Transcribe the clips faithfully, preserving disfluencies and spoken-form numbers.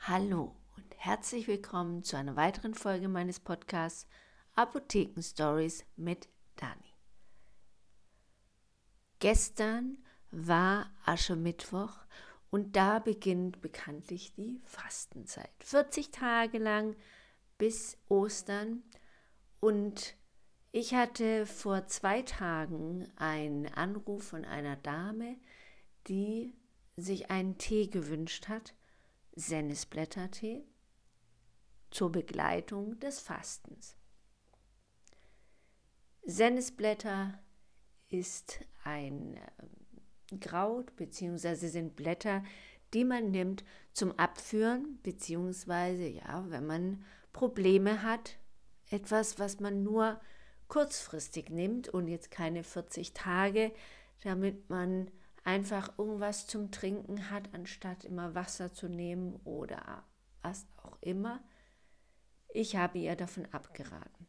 Hallo und herzlich willkommen zu einer weiteren Folge meines Podcasts Apotheken Stories mit Dani. Gestern war Aschermittwoch und da beginnt bekanntlich die Fastenzeit. vierzig Tage lang bis Ostern, und ich hatte vor zwei Tagen einen Anruf von einer Dame, die sich einen Tee gewünscht hat, Sennisblättertee, zur Begleitung des Fastens. Sennisblätter ist ein äh, Kraut bzw. sind Blätter, die man nimmt zum Abführen bzw. ja, wenn man Probleme hat, etwas, was man nur kurzfristig nimmt und jetzt keine vierzig Tage, damit man einfach irgendwas zum Trinken hat, anstatt immer Wasser zu nehmen oder was auch immer. Ich habe ihr davon abgeraten.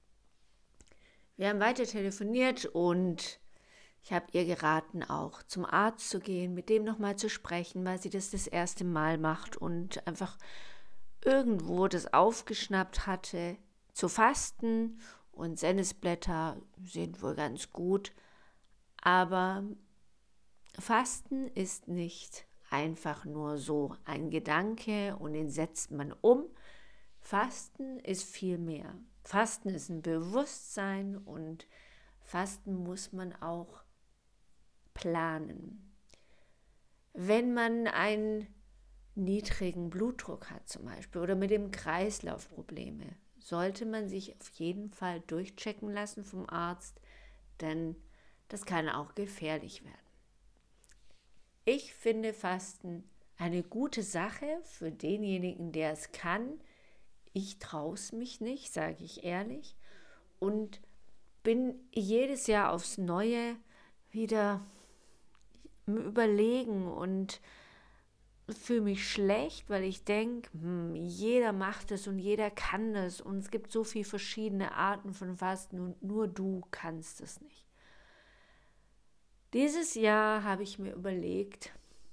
Wir haben weiter telefoniert und ich habe ihr geraten, auch zum Arzt zu gehen, mit dem nochmal zu sprechen, weil sie das das erste Mal macht und einfach irgendwo das aufgeschnappt hatte, zu fasten, und Sennisblätter sind wohl ganz gut, aber Fasten ist nicht einfach nur so ein Gedanke und den setzt man um. Fasten ist viel mehr. Fasten ist ein Bewusstsein und Fasten muss man auch planen. Wenn man einen niedrigen Blutdruck hat zum Beispiel oder mit dem Kreislauf Probleme, sollte man sich auf jeden Fall durchchecken lassen vom Arzt, denn das kann auch gefährlich werden. Ich finde Fasten eine gute Sache für denjenigen, der es kann. Ich traue es mich nicht, sage ich ehrlich, und bin jedes Jahr aufs Neue wieder im Überlegen und fühle mich schlecht, weil ich denke, hm, jeder macht es und jeder kann das und es gibt so viele verschiedene Arten von Fasten und nur du kannst es nicht. Dieses Jahr habe ich mir überlegt,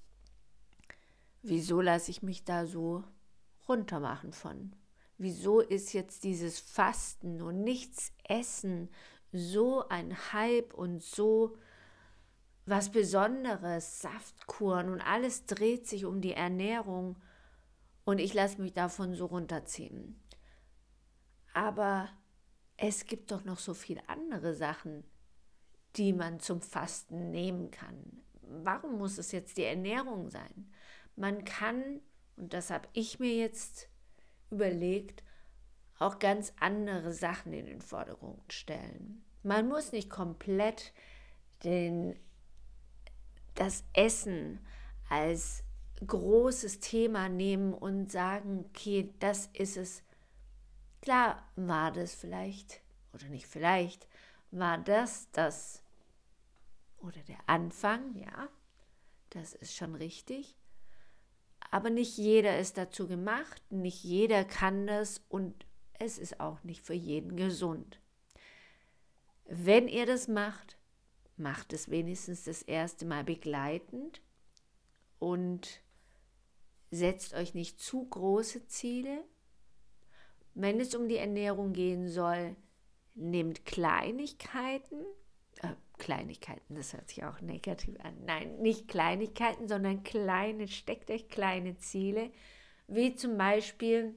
wieso lasse ich mich da so runtermachen von? Wieso ist jetzt dieses Fasten und nichts essen so ein Hype und so was Besonderes, Saftkuren und alles dreht sich um die Ernährung und ich lasse mich davon so runterziehen. Aber es gibt doch noch so viele andere Sachen, die man zum Fasten nehmen kann. Warum muss es jetzt die Ernährung sein? Man kann, und das habe ich mir jetzt überlegt, auch ganz andere Sachen in den Vordergrund stellen. Man muss nicht komplett den, das Essen als großes Thema nehmen und sagen, okay, das ist es. Klar war das vielleicht, oder nicht vielleicht, war das das, oder der Anfang, ja, das ist schon richtig. Aber nicht jeder ist dazu gemacht, nicht jeder kann das und es ist auch nicht für jeden gesund. Wenn ihr das macht, macht es wenigstens das erste Mal begleitend und setzt euch nicht zu große Ziele. Wenn es um die Ernährung gehen soll, nehmt Kleinigkeiten, äh, Kleinigkeiten, das hört sich auch negativ an. Nein, nicht Kleinigkeiten, sondern kleine, steckt euch kleine Ziele, wie zum Beispiel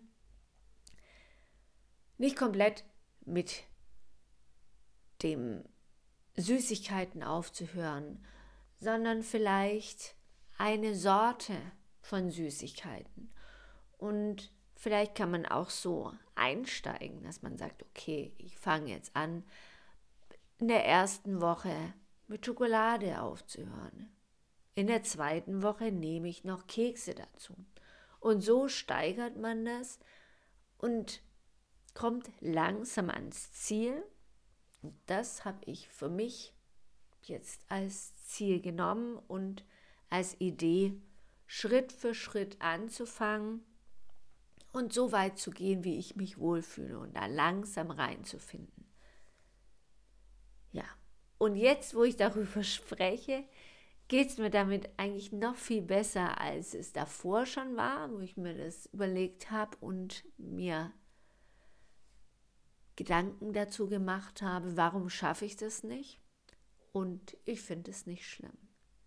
nicht komplett mit dem Süßigkeiten aufzuhören, sondern vielleicht eine Sorte von Süßigkeiten. Und vielleicht kann man auch so einsteigen, dass man sagt, okay, ich fange jetzt an, in der ersten Woche mit Schokolade aufzuhören. In der zweiten Woche nehme ich noch Kekse dazu. Und so steigert man das und kommt langsam ans Ziel. Und das habe ich für mich jetzt als Ziel genommen und als Idee, Schritt für Schritt anzufangen und so weit zu gehen, wie ich mich wohlfühle und da langsam reinzufinden. Ja, und jetzt, wo ich darüber spreche, geht es mir damit eigentlich noch viel besser, als es davor schon war, wo ich mir das überlegt habe und mir Gedanken dazu gemacht habe, warum schaffe ich das nicht? Und ich finde es nicht schlimm.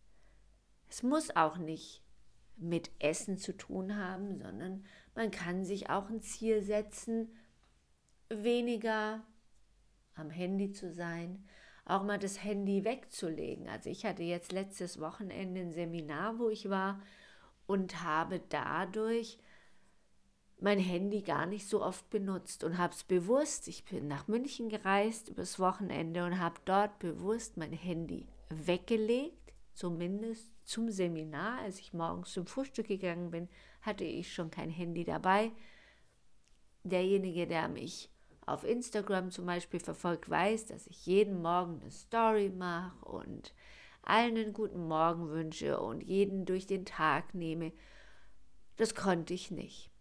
Es muss auch nicht mit Essen zu tun haben, sondern man kann sich auch ein Ziel setzen, weniger am Handy zu sein, auch mal das Handy wegzulegen. Also ich hatte jetzt letztes Wochenende ein Seminar, wo ich war und habe dadurch mein Handy gar nicht so oft benutzt und habe es bewusst, ich bin nach München gereist übers Wochenende und habe dort bewusst mein Handy weggelegt, zumindest zum Seminar. Als ich morgens zum Frühstück gegangen bin, hatte ich schon kein Handy dabei. Derjenige, der mich auf Instagram zum Beispiel verfolgt, weiß, dass ich jeden Morgen eine Story mache und allen einen guten Morgen wünsche und jeden durch den Tag nehme. Das konnte ich nicht.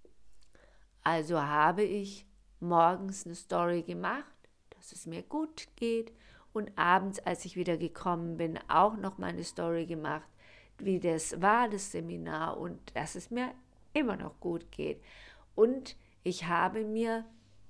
Also habe ich morgens eine Story gemacht, dass es mir gut geht und abends, als ich wieder gekommen bin, auch noch mal eine Story gemacht, wie das war, das Seminar und dass es mir immer noch gut geht. Und ich habe mir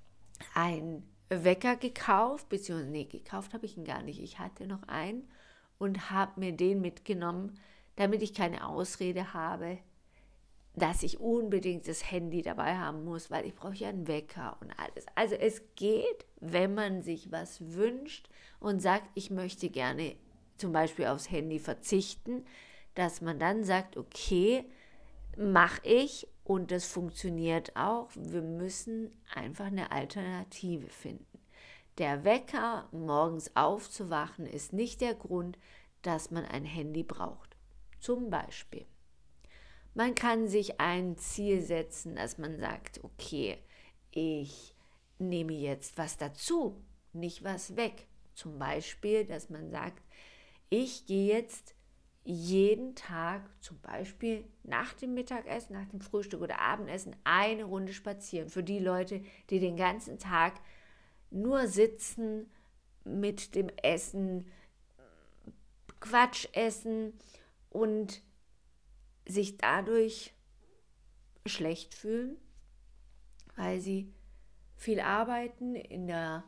einen Wecker gekauft, beziehungsweise nee, gekauft habe ich ihn gar nicht. Ich hatte noch einen und habe mir den mitgenommen, damit ich keine Ausrede habe, dass ich unbedingt das Handy dabei haben muss, weil ich brauche ja einen Wecker und alles. Also es geht, wenn man sich was wünscht und sagt, ich möchte gerne zum Beispiel aufs Handy verzichten, dass man dann sagt, okay, mache ich und das funktioniert auch. Wir müssen einfach eine Alternative finden. Der Wecker, morgens aufzuwachen, ist nicht der Grund, dass man ein Handy braucht. Zum Beispiel. Man kann sich ein Ziel setzen, dass man sagt, okay, ich nehme jetzt was dazu, nicht was weg. Zum Beispiel, dass man sagt, ich gehe jetzt jeden Tag, zum Beispiel nach dem Mittagessen, nach dem Frühstück oder Abendessen, eine Runde spazieren. Für die Leute, die den ganzen Tag nur sitzen mit dem Essen, Quatsch essen und sich dadurch schlecht fühlen, weil sie viel arbeiten, in der,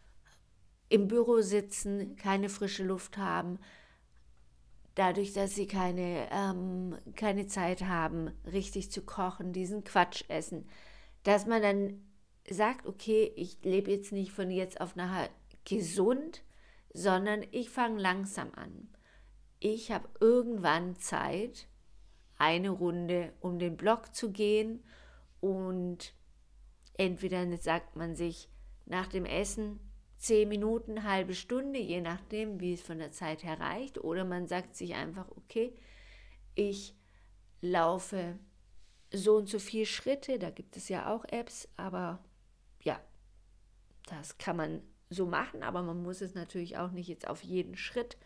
im Büro sitzen, keine frische Luft haben, dadurch, dass sie keine, ähm, keine Zeit haben, richtig zu kochen, diesen Quatsch essen, dass man dann sagt, okay, ich lebe jetzt nicht von jetzt auf nachher gesund, sondern ich fange langsam an. Ich habe irgendwann Zeit, eine Runde um den Block zu gehen und entweder sagt man sich nach dem Essen zehn Minuten, halbe Stunde, je nachdem, wie es von der Zeit her reicht, oder man sagt sich einfach, okay, ich laufe so und so viele Schritte, da gibt es ja auch Apps, aber ja, das kann man so machen, aber man muss es natürlich auch nicht jetzt auf jeden Schritt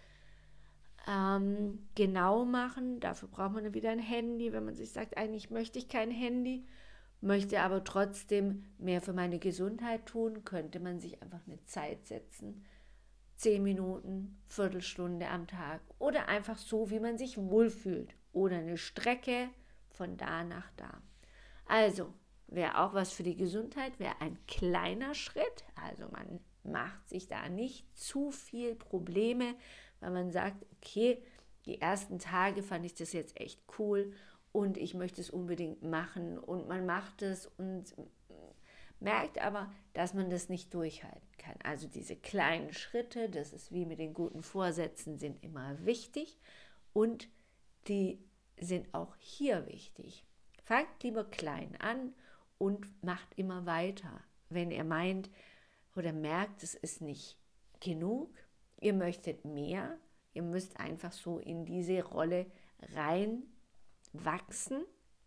ähm, genau machen. Dafür braucht man dann wieder ein Handy, wenn man sich sagt, eigentlich möchte ich kein Handy, möchte aber trotzdem mehr für meine Gesundheit tun, könnte man sich einfach eine Zeit setzen. Zehn Minuten, Viertelstunde am Tag oder einfach so, wie man sich wohlfühlt. Oder eine Strecke von da nach da. Also, wäre auch was für die Gesundheit, wäre ein kleiner Schritt. Also man macht sich da nicht zu viel Probleme, weil man sagt, okay, die ersten Tage fand ich das jetzt echt cool und ich möchte es unbedingt machen und man macht es und merkt aber, dass man das nicht durchhalten kann. Also diese kleinen Schritte, das ist wie mit den guten Vorsätzen, sind immer wichtig und die sind auch hier wichtig. Fangt lieber klein an und macht immer weiter. Wenn ihr meint oder merkt, es ist nicht genug, ihr möchtet mehr, ihr müsst einfach so in diese Rolle reinwachsen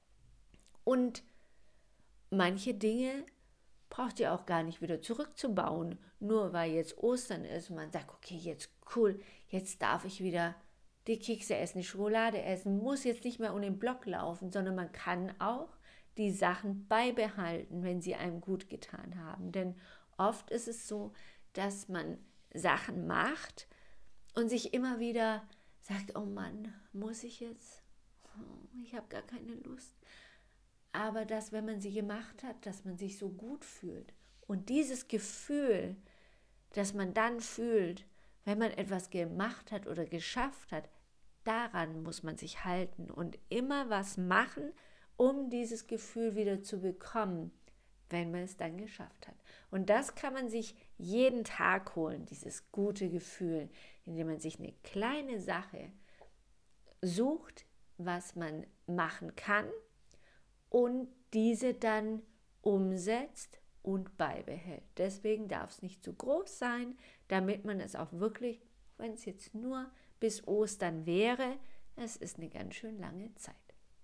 und manche Dinge braucht ihr auch gar nicht wieder zurückzubauen, nur weil jetzt Ostern ist und man sagt, okay, jetzt cool, jetzt darf ich wieder die Kekse essen, die Schokolade essen, muss jetzt nicht mehr um den Block laufen, sondern man kann auch die Sachen beibehalten, wenn sie einem gut getan haben. Denn oft ist es so, dass man Sachen macht und sich immer wieder sagt, oh Mann, muss ich jetzt? Oh, ich habe gar keine Lust. Aber dass, wenn man sie gemacht hat, dass man sich so gut fühlt. Und dieses Gefühl, das man dann fühlt, wenn man etwas gemacht hat oder geschafft hat, daran muss man sich halten und immer was machen, um dieses Gefühl wieder zu bekommen, wenn man es dann geschafft hat. Und das kann man sich jeden Tag holen, dieses gute Gefühl, indem man sich eine kleine Sache sucht, was man machen kann und diese dann umsetzt und beibehält. Deswegen darf es nicht zu groß sein, damit man es auch wirklich, wenn es jetzt nur bis Ostern wäre, es ist eine ganz schön lange Zeit.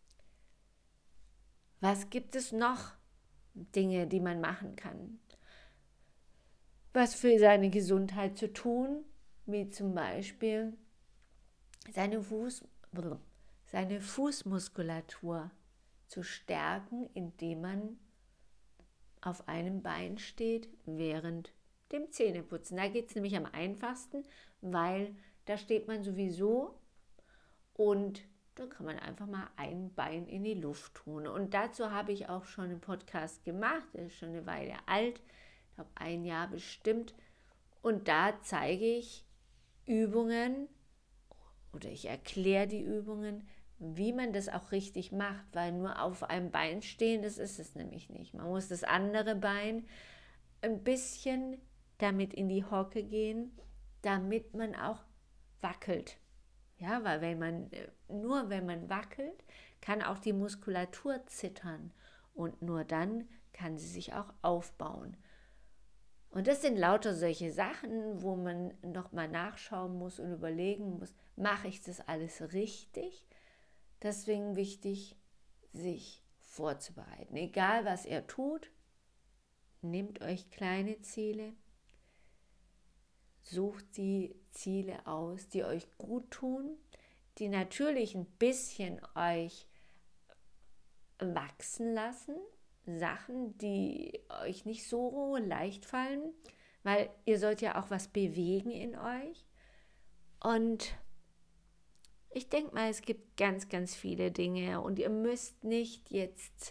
Was gibt es noch? Dinge, die man machen kann. Was für seine Gesundheit zu tun, wie zum Beispiel seine, Fuß, seine Fußmuskulatur zu stärken, indem man auf einem Bein steht während dem Zähneputzen. Da geht es nämlich am einfachsten, weil da steht man sowieso und dann kann man einfach mal ein Bein in die Luft tun. Und dazu habe ich auch schon einen Podcast gemacht, der ist schon eine Weile alt, ich glaube ein Jahr bestimmt. Und da zeige ich Übungen oder ich erkläre die Übungen, wie man das auch richtig macht, weil nur auf einem Bein stehen, das ist es nämlich nicht. Man muss das andere Bein ein bisschen damit in die Hocke gehen, damit man auch wackelt. Ja, weil wenn man, nur wenn man wackelt, kann auch die Muskulatur zittern und nur dann kann sie sich auch aufbauen. Und das sind lauter solche Sachen, wo man nochmal nachschauen muss und überlegen muss, mache ich das alles richtig? Deswegen wichtig, sich vorzubereiten. Egal, was ihr tut, nehmt euch kleine Ziele, sucht die Ziele aus, die euch gut tun, die natürlich ein bisschen euch wachsen lassen, Sachen, die euch nicht so leicht fallen, weil ihr sollt ja auch was bewegen in euch. Und ich denke mal, es gibt ganz, ganz viele Dinge und ihr müsst nicht jetzt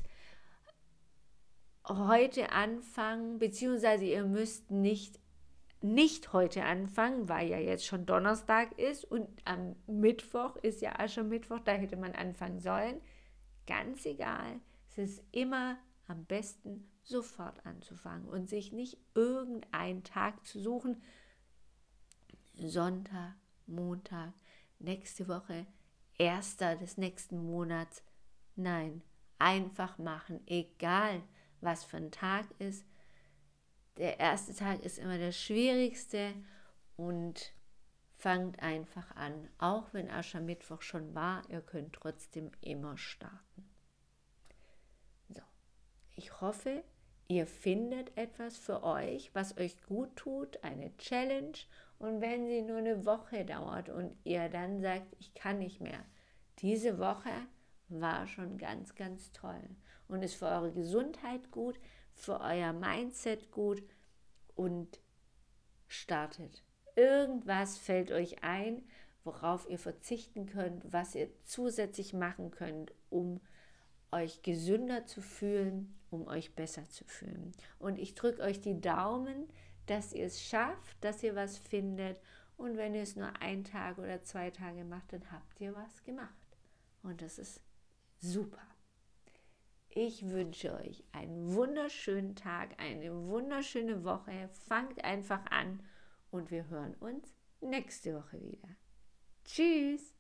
heute anfangen, beziehungsweise ihr müsst nicht nicht heute anfangen, weil ja jetzt schon Donnerstag ist und am Mittwoch ist ja Aschermittwoch, da hätte man anfangen sollen. Ganz egal, es ist immer am besten, sofort anzufangen und sich nicht irgendeinen Tag zu suchen. Sonntag, Montag, nächste Woche, erster des nächsten Monats. Nein, einfach machen, egal was für ein Tag ist. Der erste Tag ist immer der schwierigste und fangt einfach an. Auch wenn Aschermittwoch schon war, ihr könnt trotzdem immer starten. So, ich hoffe, ihr findet etwas für euch, was euch gut tut, eine Challenge. Und wenn sie nur eine Woche dauert und ihr dann sagt, ich kann nicht mehr, diese Woche war schon ganz, ganz toll und ist für eure Gesundheit gut, für euer Mindset gut und startet. Irgendwas fällt euch ein, worauf ihr verzichten könnt, was ihr zusätzlich machen könnt, um euch gesünder zu fühlen, um euch besser zu fühlen. Und ich drücke euch die Daumen, dass ihr es schafft, dass ihr was findet. Und wenn ihr es nur einen Tag oder zwei Tage macht, dann habt ihr was gemacht. Und das ist super. Ich wünsche euch einen wunderschönen Tag, eine wunderschöne Woche. Fangt einfach an und wir hören uns nächste Woche wieder. Tschüss!